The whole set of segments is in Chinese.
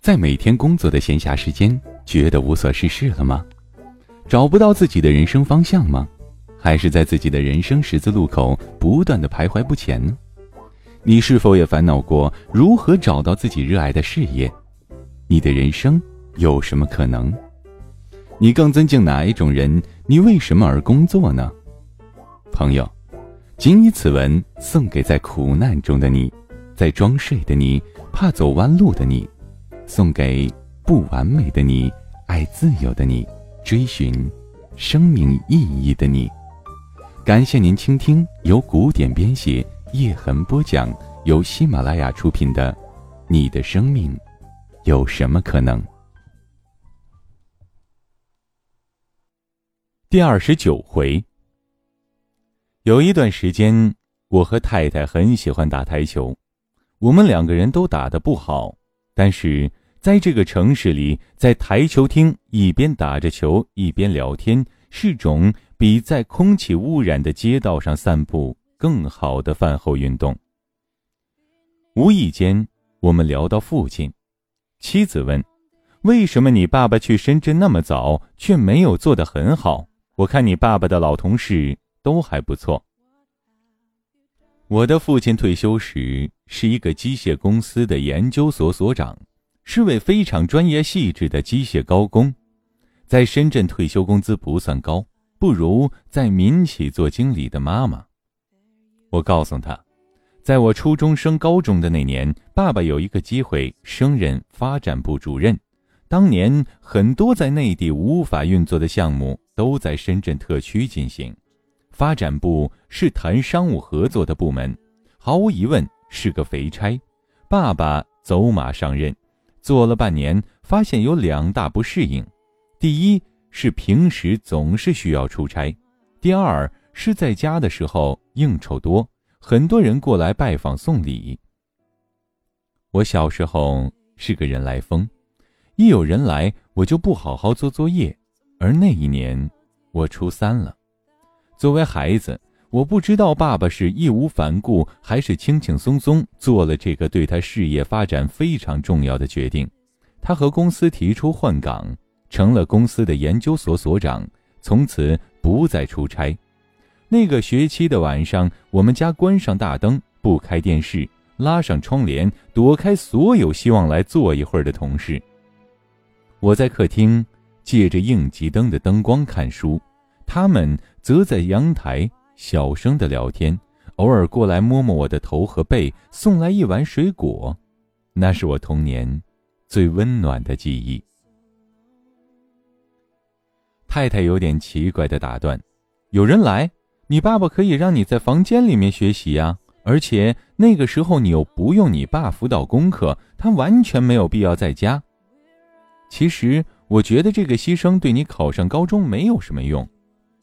在每天工作的闲暇时间，觉得无所事事了吗？找不到自己的人生方向吗？还是在自己的人生十字路口不断的徘徊不前呢？你是否也烦恼过如何找到自己热爱的事业？你的人生有什么可能？你更尊敬哪一种人？你为什么而工作呢？朋友，谨以此文送给在苦难中的你，在装睡的你，怕走弯路的你，送给不完美的你，爱自由的你，追寻生命意义的你。感谢您倾听由古典编写，叶痕播讲，由喜马拉雅出品的《你的生命有什么可能》第29回。有一段时间，我和太太很喜欢打台球，我们两个人都打得不好，但是在这个城市里，在台球厅一边打着球一边聊天，是种比在空气污染的街道上散步更好的饭后运动。无意间我们聊到父亲，妻子问：为什么你爸爸去深圳那么早，却没有做得很好？我看你爸爸的老同事都还不错。我的父亲退休时是一个机械公司的研究所所长，是位非常专业细致的机械高工。在深圳退休工资不算高，不如在民企做经理的妈妈。我告诉他，在我初中升高中的那年，爸爸有一个机会升任发展部主任。当年很多在内地无法运作的项目都在深圳特区进行，发展部是谈商务合作的部门，毫无疑问是个肥差。爸爸走马上任，做了半年，发现有2大不适应。第一是平时总是需要出差，第二是在家的时候应酬多，很多人过来拜访送礼。我小时候是个人来疯，一有人来我就不好好做作业，而那一年我初3了。作为孩子，我不知道爸爸是义无反顾还是轻轻松松做了这个对他事业发展非常重要的决定。他和公司提出换岗，成了公司的研究所所长，从此不再出差。那个学期的晚上，我们家关上大灯，不开电视，拉上窗帘，躲开所有希望来坐一会儿的同事。我在客厅借着应急灯的灯光看书，他们则在阳台小声地聊天，偶尔过来摸摸我的头和背，送来一碗水果。那是我童年最温暖的记忆。太太有点奇怪地打断：有人来，你爸爸可以让你在房间里面学习呀，而且那个时候你又不用你爸辅导功课，他完全没有必要在家。其实我觉得这个牺牲对你考上高中没有什么用。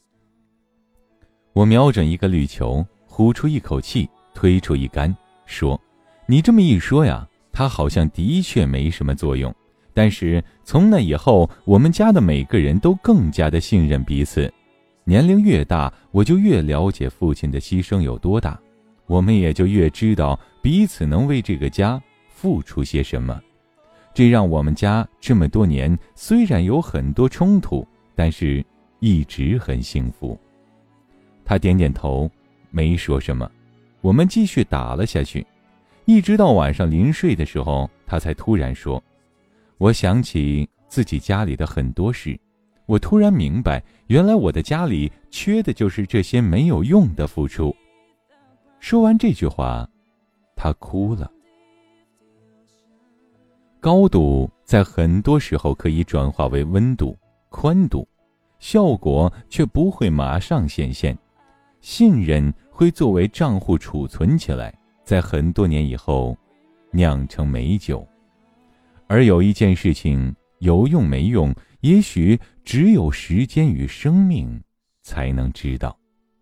我瞄准一个绿球，呼出一口气，推出一杆，说：你这么一说呀，它好像的确没什么作用。但是从那以后，我们家的每个人都更加的信任彼此。年龄越大，我就越了解父亲的牺牲有多大，我们也就越知道彼此能为这个家付出些什么。这让我们家这么多年虽然有很多冲突，但是一直很幸福。他点点头，没说什么。我们继续打了下去，一直到晚上临睡的时候，他才突然说：我想起自己家里的很多事，我突然明白，原来我的家里缺的就是这些没有用的付出。说完这句话，他哭了。高度在很多时候可以转化为温度、宽度，效果却不会马上显现。信任会作为账户储存起来，在很多年以后酿成美酒。而有一件事情有用没用，也许只有时间与生命才能知道。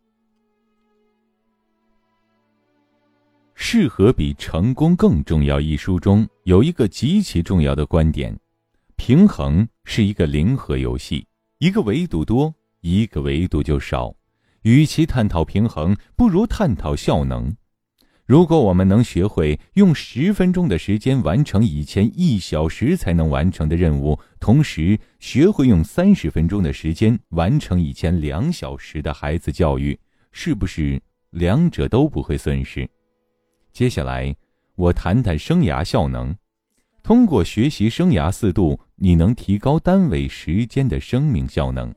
适合比成功更重要一书中有一个极其重要的观点：平衡是一个零和游戏，一个维度多，一个维度就少。与其探讨平衡，不如探讨效能。 如果我们能学会用10分钟的时间完成以前1小时才能完成的任务，同时学会用30分钟的时间完成以前2小时的孩子教育，是不是两者都不会损失？接下来我谈谈生涯效能。通过学习生涯4度，你能提高单位时间的生命效能。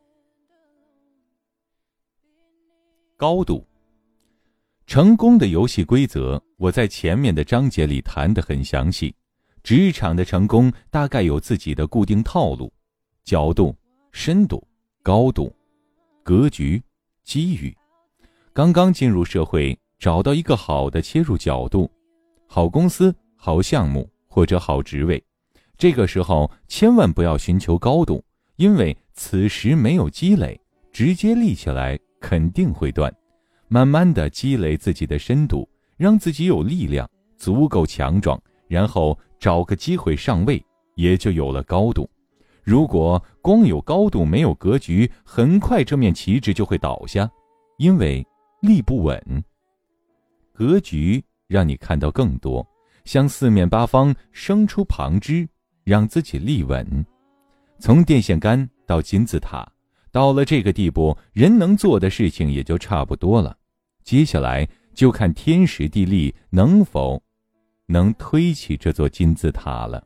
高度。成功的游戏规则，我在前面的章节里谈得很详细。职场的成功大概有自己的固定套路：角度、深度、高度、格局、机遇。刚刚进入社会，找到一个好的切入角度，好公司、好项目或者好职位，这个时候千万不要寻求高度，因为此时没有积累，直接立起来肯定会断。慢慢的积累自己的深度，让自己有力量，足够强壮，然后找个机会上位，也就有了高度。如果光有高度没有格局，很快这面旗帜就会倒下，因为立不稳。格局让你看到更多，向四面八方生出旁枝，让自己立稳。从电线杆到金字塔，到了这个地步，人能做的事情也就差不多了。接下来就看天时地利能否能推起这座金字塔了。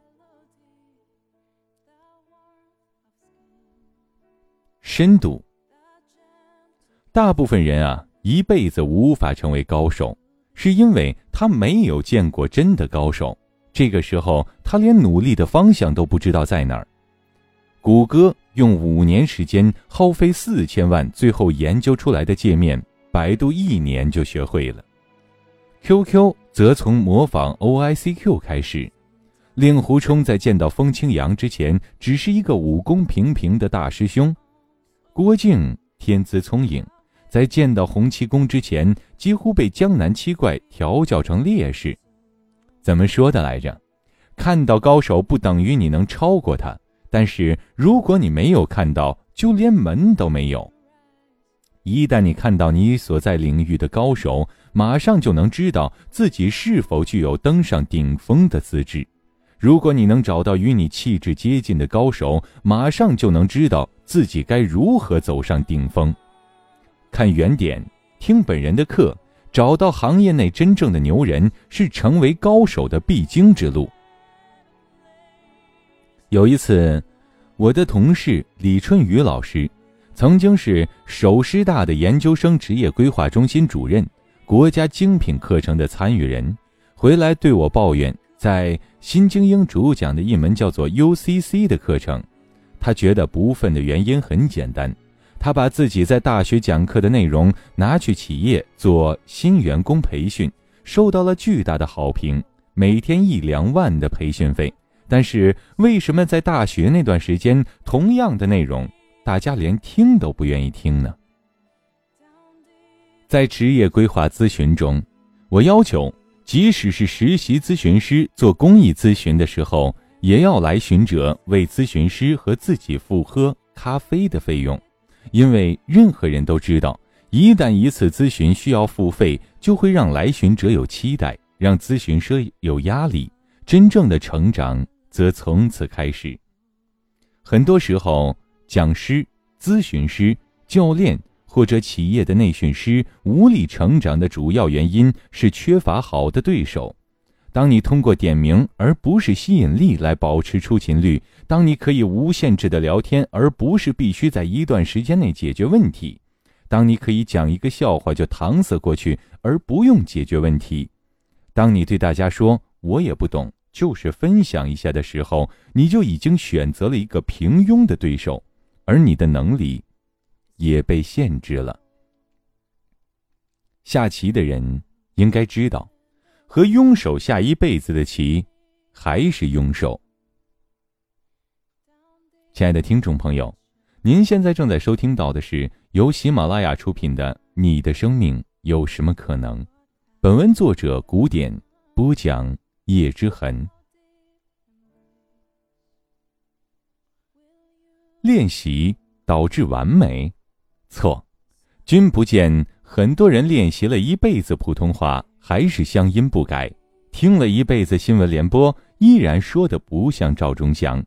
深度。大部分人一辈子无法成为高手，是因为他没有见过真的高手，这个时候他连努力的方向都不知道在哪儿。谷歌用5年时间，耗费4000万，最后研究出来的界面，百度1年就学会了。QQ 则从模仿 OICQ 开始。令狐冲在见到风清扬之前，只是一个武功平平的大师兄。郭靖天资聪颖，在见到洪七公之前，几乎被江南七怪调教成烈士。怎么说的来着？看到高手不等于你能超过他，但是如果你没有看到，就连门都没有。一旦你看到你所在领域的高手，马上就能知道自己是否具有登上顶峰的资质。如果你能找到与你气质接近的高手，马上就能知道自己该如何走上顶峰。看原点，听本人的课，找到行业内真正的牛人，是成为高手的必经之路。有一次，我的同事李春雨老师曾经是首师大的研究生职业规划中心主任，国家精品课程的参与人，回来对我抱怨，在新精英主讲的一门叫做 UCC 的课程，他觉得不忿的原因很简单，他把自己在大学讲课的内容拿去企业做新员工培训，受到了巨大的好评，每天1-2万的培训费。但是为什么在大学那段时间，同样的内容大家连听都不愿意听呢？在职业规划咨询中，我要求即使是实习咨询师做公益咨询的时候，也要来询者为咨询师和自己付喝咖啡的费用。因为任何人都知道，一旦一次咨询需要付费，就会让来询者有期待，让咨询师有压力，真正的成长则从此开始。很多时候，讲师、咨询师、教练或者企业的内训师无力成长的主要原因是缺乏好的对手。当你通过点名而不是吸引力来保持出勤率，当你可以无限制的聊天而不是必须在一段时间内解决问题，当你可以讲一个笑话就搪塞过去而不用解决问题，当你对大家说我也不懂，就是分享一下的时候，你就已经选择了一个平庸的对手，而你的能力也被限制了。下棋的人应该知道，和庸手下一辈子的棋，还是庸手。亲爱的听众朋友，您现在正在收听到的是由喜马拉雅出品的《你的生命有什么可能》，本文作者古典，播讲叶之痕。练习导致完美？错，君不见很多人练习了一辈子普通话， 还是乡音不改，听了一辈子新闻联播，依然说得不像赵忠祥。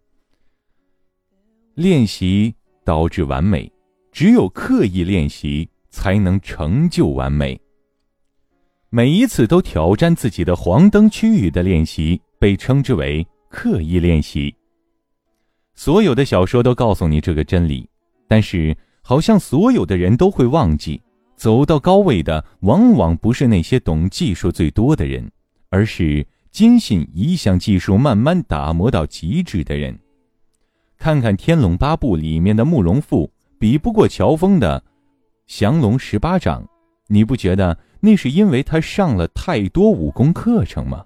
练习导致完美，只有刻意练习才能成就完美。每一次都挑战自己的黄灯区域的练习被称之为刻意练习。所有的小说都告诉你这个真理，但是好像所有的人都会忘记，走到高位的往往不是那些懂技术最多的人，而是坚信一项技术慢慢打磨到极致的人。看看《天龙八部》里面的慕容复，比不过乔峰的降龙18掌，你不觉得那是因为他上了太多武功课程吗？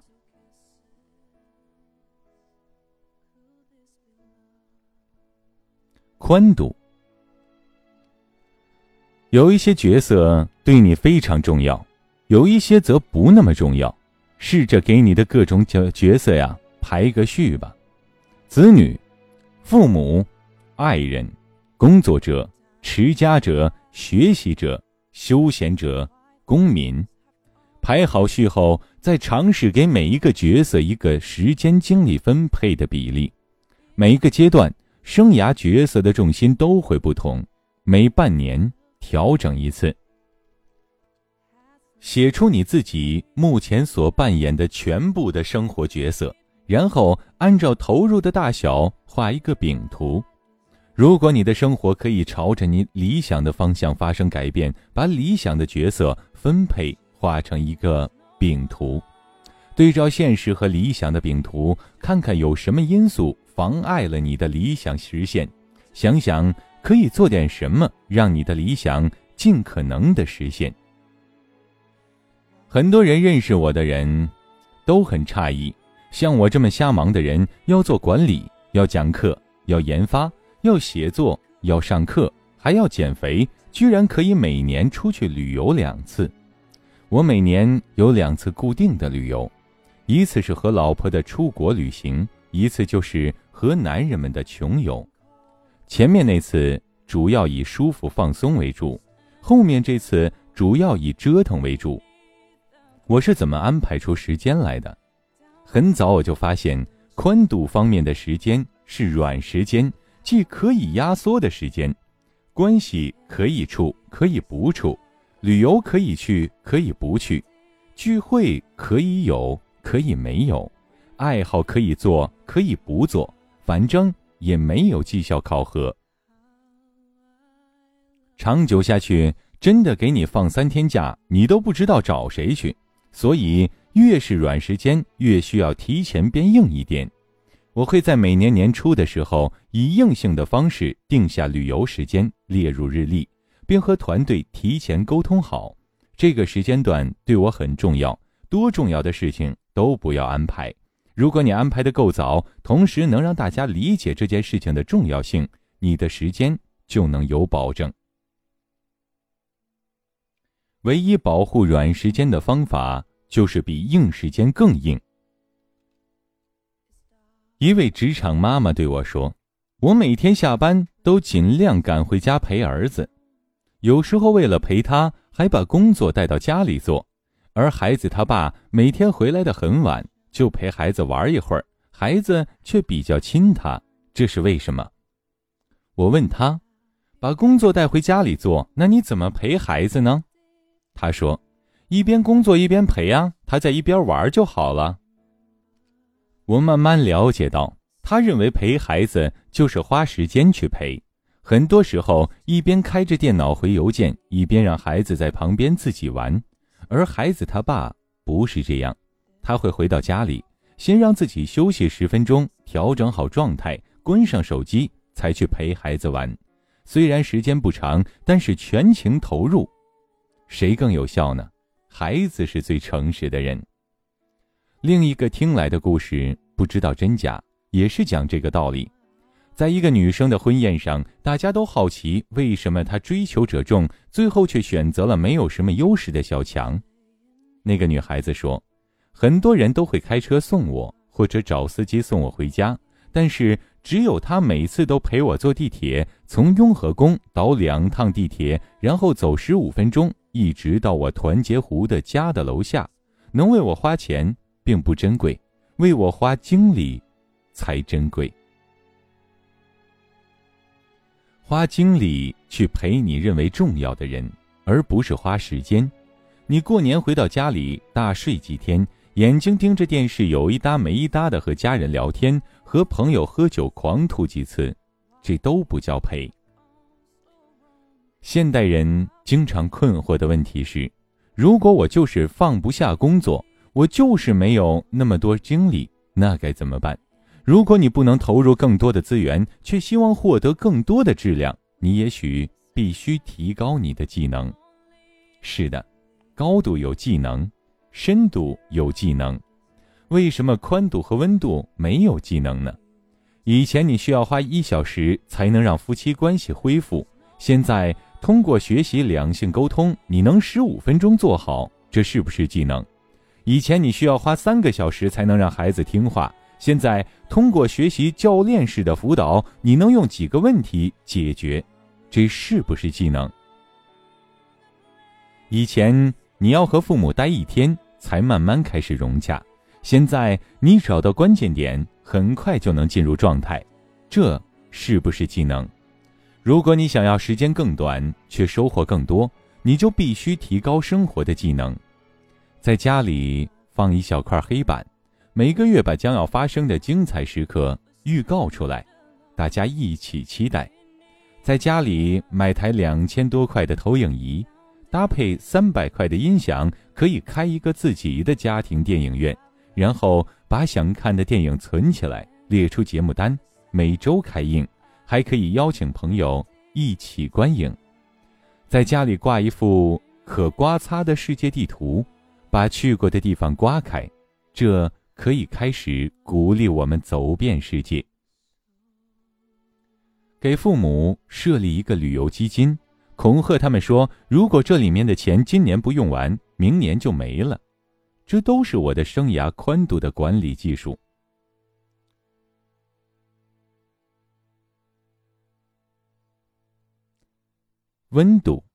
宽度。有一些角色对你非常重要，有一些则不那么重要。试着给你的各种角色呀排个序吧：子女、父母、爱人、工作者、持家者、学习者、休闲者、公民。排好序后，再尝试给每一个角色一个时间精力分配的比例。每一个阶段生涯角色的重心都会不同，每半年调整一次。写出你自己目前所扮演的全部的生活角色，然后按照投入的大小画一个饼图。如果你的生活可以朝着你理想的方向发生改变，把理想的角色分配画成一个饼图，对照现实和理想的饼图，看看有什么因素妨碍了你的理想实现，想想可以做点什么让你的理想尽可能的实现。很多人认识我的人都很诧异，像我这么瞎忙的人，要做管理，要讲课，要研发，要写作，要上课，还要减肥，居然可以每年出去旅游2次。我每年有2次固定的旅游，一次是和老婆的出国旅行，一次就是和男人们的穷游。前面那次主要以舒服放松为主，后面这次主要以折腾为主。我是怎么安排出时间来的？很早我就发现，宽度方面的时间是软时间，既可以压缩的时间。关系可以处，可以不处；旅游可以去，可以不去；聚会可以有，可以没有；爱好可以做，可以不做，反正也没有绩效考核。长久下去，真的给你放3天假，你都不知道找谁去。所以越是软时间，越需要提前变硬一点。我会在每年年初的时候，以硬性的方式定下旅游时间，列入日历，并和团队提前沟通好。这个时间段对我很重要，多重要的事情都不要安排。如果你安排得够早，同时能让大家理解这件事情的重要性，你的时间就能有保证。唯一保护软时间的方法，就是比硬时间更硬。一位职场妈妈对我说，我每天下班都尽量赶回家陪儿子，有时候为了陪他，还把工作带到家里做，而孩子他爸每天回来的很晚，就陪孩子玩一会儿，孩子却比较亲他，这是为什么？我问他，把工作带回家里做，那你怎么陪孩子呢？他说，一边工作一边陪啊，他在一边玩就好了。我慢慢了解到，他认为陪孩子就是花时间去陪，很多时候一边开着电脑回邮件，一边让孩子在旁边自己玩。而孩子他爸不是这样，他会回到家里，先让自己休息10分钟，调整好状态，关上手机，才去陪孩子玩。虽然时间不长，但是全情投入。谁更有效呢？孩子是最诚实的人。另一个听来的故事，不知道真假，也是讲这个道理。在一个女生的婚宴上，大家都好奇为什么她追求者众，最后却选择了没有什么优势的小强。那个女孩子说，很多人都会开车送我，或者找司机送我回家，但是只有她每次都陪我坐地铁，从雍和宫倒2趟地铁，然后走15分钟， 一直到我团结湖的家的楼下，能为我花钱并不珍贵，为我花精力才珍贵。花精力去陪你认为重要的人，而不是花时间。你过年回到家里大睡几天，眼睛盯着电视有一搭没一搭的和家人聊天，和朋友喝酒狂吐几次，这都不叫陪。现代人经常困惑的问题是，如果我就是放不下工作，我就是没有那么多精力，那该怎么办？如果你不能投入更多的资源，却希望获得更多的质量，你也许必须提高你的技能。是的，高度有技能，深度有技能。为什么宽度和温度没有技能呢？以前你需要花1小时才能让夫妻关系恢复，现在通过学习两性沟通，你能15分钟做好，这是不是技能？以前你需要花3个小时才能让孩子听话，现在通过学习教练式的辅导，你能用几个问题解决，这是不是技能？以前你要和父母待1天才慢慢开始融洽，现在你找到关键点，很快就能进入状态，这是不是技能？如果你想要时间更短却收获更多，你就必须提高生活的技能。在家里放一小块黑板，每个月把将要发生的精彩时刻预告出来，大家一起期待。在家里买台2000多块的投影仪，搭配300块的音响，可以开一个自己的家庭电影院，然后把想看的电影存起来，列出节目单，每周开映，还可以邀请朋友一起观影。在家里挂一幅可刮擦的世界地图，把去过的地方刮开，这可以开始鼓励我们走遍世界。给父母设立一个旅游基金，恐吓他们说，如果这里面的钱今年不用完，明年就没了。这都是我的生涯宽度的管理技术。温度。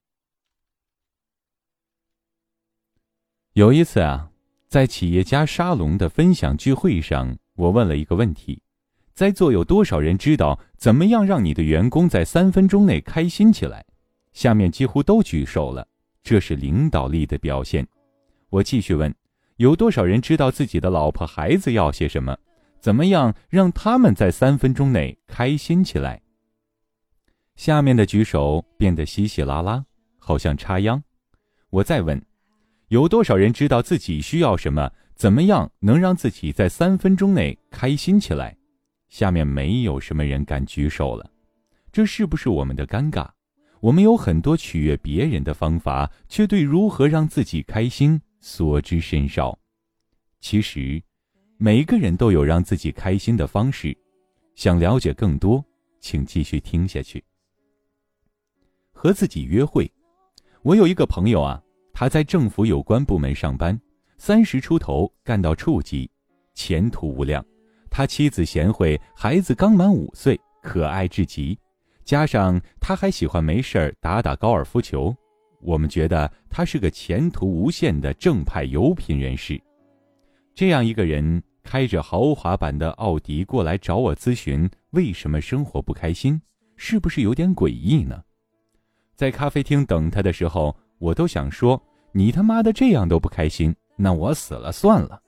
有一次在企业家沙龙的分享聚会上，我问了一个问题：在座有多少人知道怎么样让你的员工在3分钟内开心起来？下面几乎都举手了，这是领导力的表现。我继续问，有多少人知道自己的老婆孩子要些什么？怎么样让他们在3分钟内开心起来？下面的举手变得稀稀拉拉，好像插秧。我再问，有多少人知道自己需要什么？怎么样能让自己在3分钟内开心起来？下面没有什么人敢举手了。这是不是我们的尴尬？我们有很多取悦别人的方法，却对如何让自己开心所知甚少。其实，每个人都有让自己开心的方式。想了解更多，请继续听下去。和自己约会。我有一个朋友他在政府有关部门上班，30出头干到处级，前途无量。他妻子贤惠，孩子刚满5岁，可爱至极。加上他还喜欢没事打高尔夫球，我们觉得他是个前途无限的正派有品人士。这样一个人开着豪华版的奥迪过来找我咨询为什么生活不开心，是不是有点诡异呢？在咖啡厅等他的时候，我都想说，你他妈的这样都不开心，那我死了算了。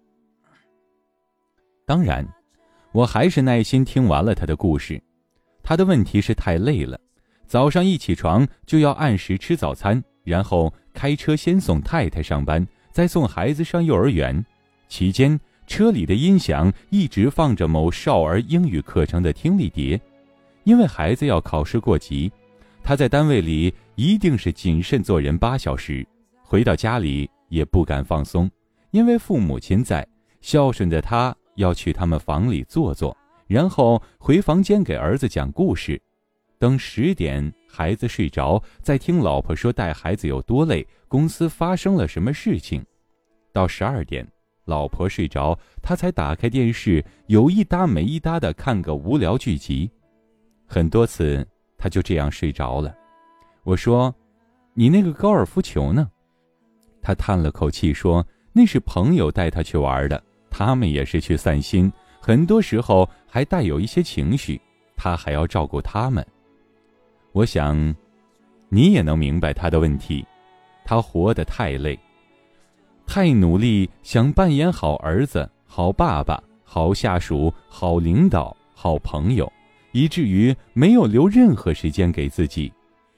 当然，我还是耐心听完了他的故事。他的问题是太累了，早上一起床就要按时吃早餐，然后开车先送太太上班，再送孩子上幼儿园。期间，车里的音响一直放着某少儿英语课程的听力碟。因为孩子要考试过级，他在单位里一定是谨慎做人8小时，回到家里也不敢放松，因为父母亲在，孝顺的他要去他们房里坐坐，然后回房间给儿子讲故事。等10点孩子睡着，再听老婆说带孩子有多累，公司发生了什么事情。到12点老婆睡着，他才打开电视，有一搭没一搭的看个无聊剧集。很多次他就这样睡着了。我说， 你那个高尔夫球呢？他叹了口气说，那是朋友带他去玩的，他们也是去散心，很多时候还带有一些情绪，他还要照顾他们。我想你也能明白他的问题，他活得太累，太努力想扮演好儿子、好爸爸、好下属、好领导、好朋友，以至于没有留任何时间给自己。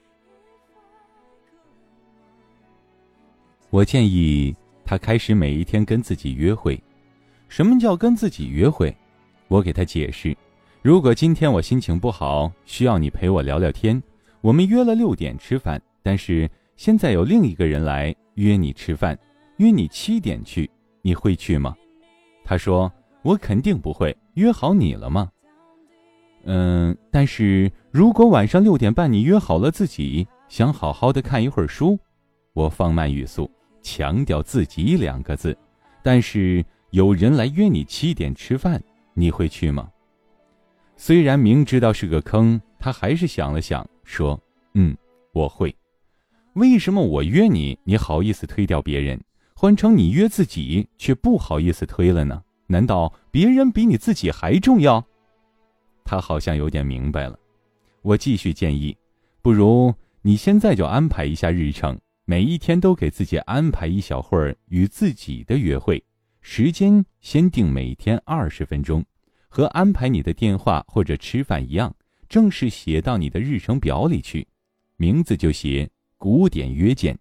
我建议他开始每一天跟自己约会。什么叫跟自己约会？我给他解释，如果今天我心情不好，需要你陪我聊聊天，我们约了6点吃饭，但是现在有另一个人来约你吃饭，约你7点去，你会去吗？他说，我肯定不会，约好你了吗？但是如果晚上6点半你约好了自己想好好的看一会儿书，我放慢语速，强调自己2个字，但是有人来约你7点吃饭，你会去吗？虽然明知道是个坑，他还是想了想，说，我会。为什么我约你，你好意思推掉别人，换成你约自己，却不好意思推了呢？难道别人比你自己还重要？他好像有点明白了。我继续建议，不如你现在就安排一下日程，每一天都给自己安排一小会儿与自己的约会，时间先定每天20分钟，和安排你的电话或者吃饭一样，正式写到你的日程表里去，名字就写古典约见。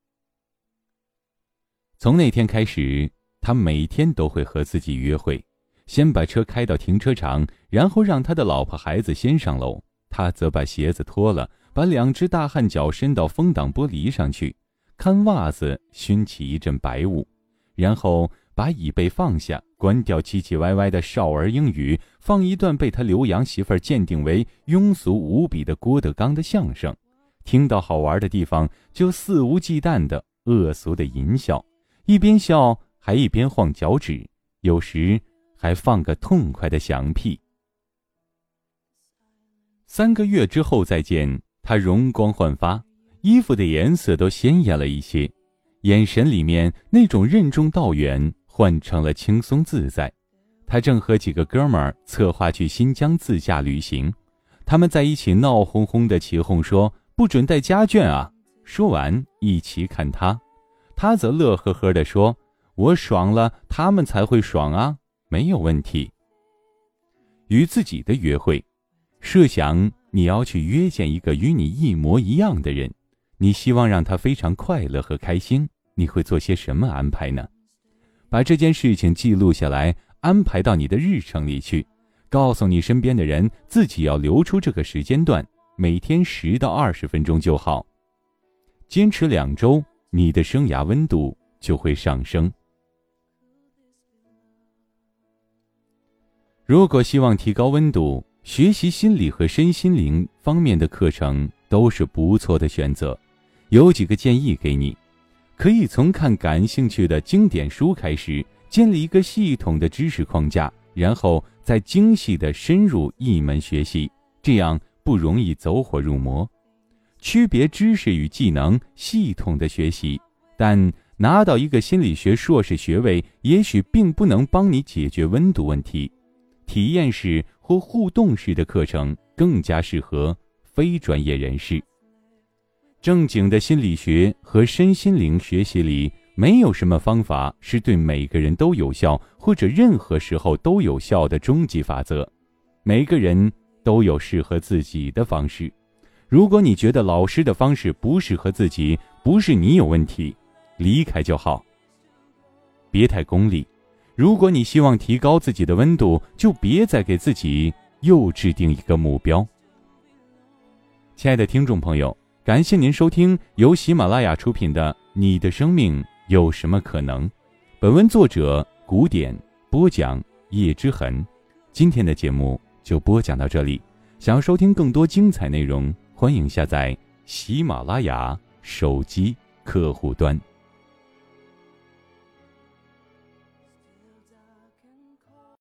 从那天开始，他每天都会和自己约会，先把车开到停车场，然后让他的老婆孩子先上楼，他则把鞋子脱了，把2只大汗脚伸到风挡玻璃上去，看袜子熏起一阵白雾，然后把椅背放下，关掉唧唧歪歪的少儿英语，放一段被他留洋媳妇儿鉴定为庸俗无比的郭德纲的相声，听到好玩的地方就肆无忌惮的恶俗的淫笑，一边笑还一边晃脚趾，有时还放个痛快的响屁。3个月之后再见，他容光焕发，衣服的颜色都鲜艳了一些，眼神里面那种任重道远换成了轻松自在。他正和几个哥们儿策划去新疆自驾旅行，他们在一起闹哄哄的起哄说，不准带家眷啊。说完一起看他，他则乐呵呵地说，我爽了，他们才会爽啊，没有问题。与自己的约会，设想你要去约见一个与你一模一样的人，你希望让他非常快乐和开心，你会做些什么安排呢？把这件事情记录下来，安排到你的日程里去，告诉你身边的人，自己要留出这个时间段，每天10到20分钟就好。坚持2周，你的生涯温度就会上升。如果希望提高温度，学习心理和身心灵方面的课程都是不错的选择。有几个建议给你，可以从看感兴趣的经典书开始，建立一个系统的知识框架，然后再精细的深入一门学习，这样不容易走火入魔。区别知识与技能，系统的学习，但拿到一个心理学硕士学位，也许并不能帮你解决温度问题。体验式或互动式的课程更加适合非专业人士。正经的心理学和身心灵学习里，没有什么方法是对每个人都有效，或者任何时候都有效的终极法则。每个人都有适合自己的方式。如果你觉得老师的方式不适合自己，不是你有问题，离开就好。别太功利。如果你希望提高自己的温度，就别再给自己又制定一个目标。亲爱的听众朋友，感谢您收听由喜马拉雅出品的《你的生命有什么可能》，本文作者古典，播讲叶之痕。今天的节目就播讲到这里，想要收听更多精彩内容，欢迎下载喜马拉雅手机客户端。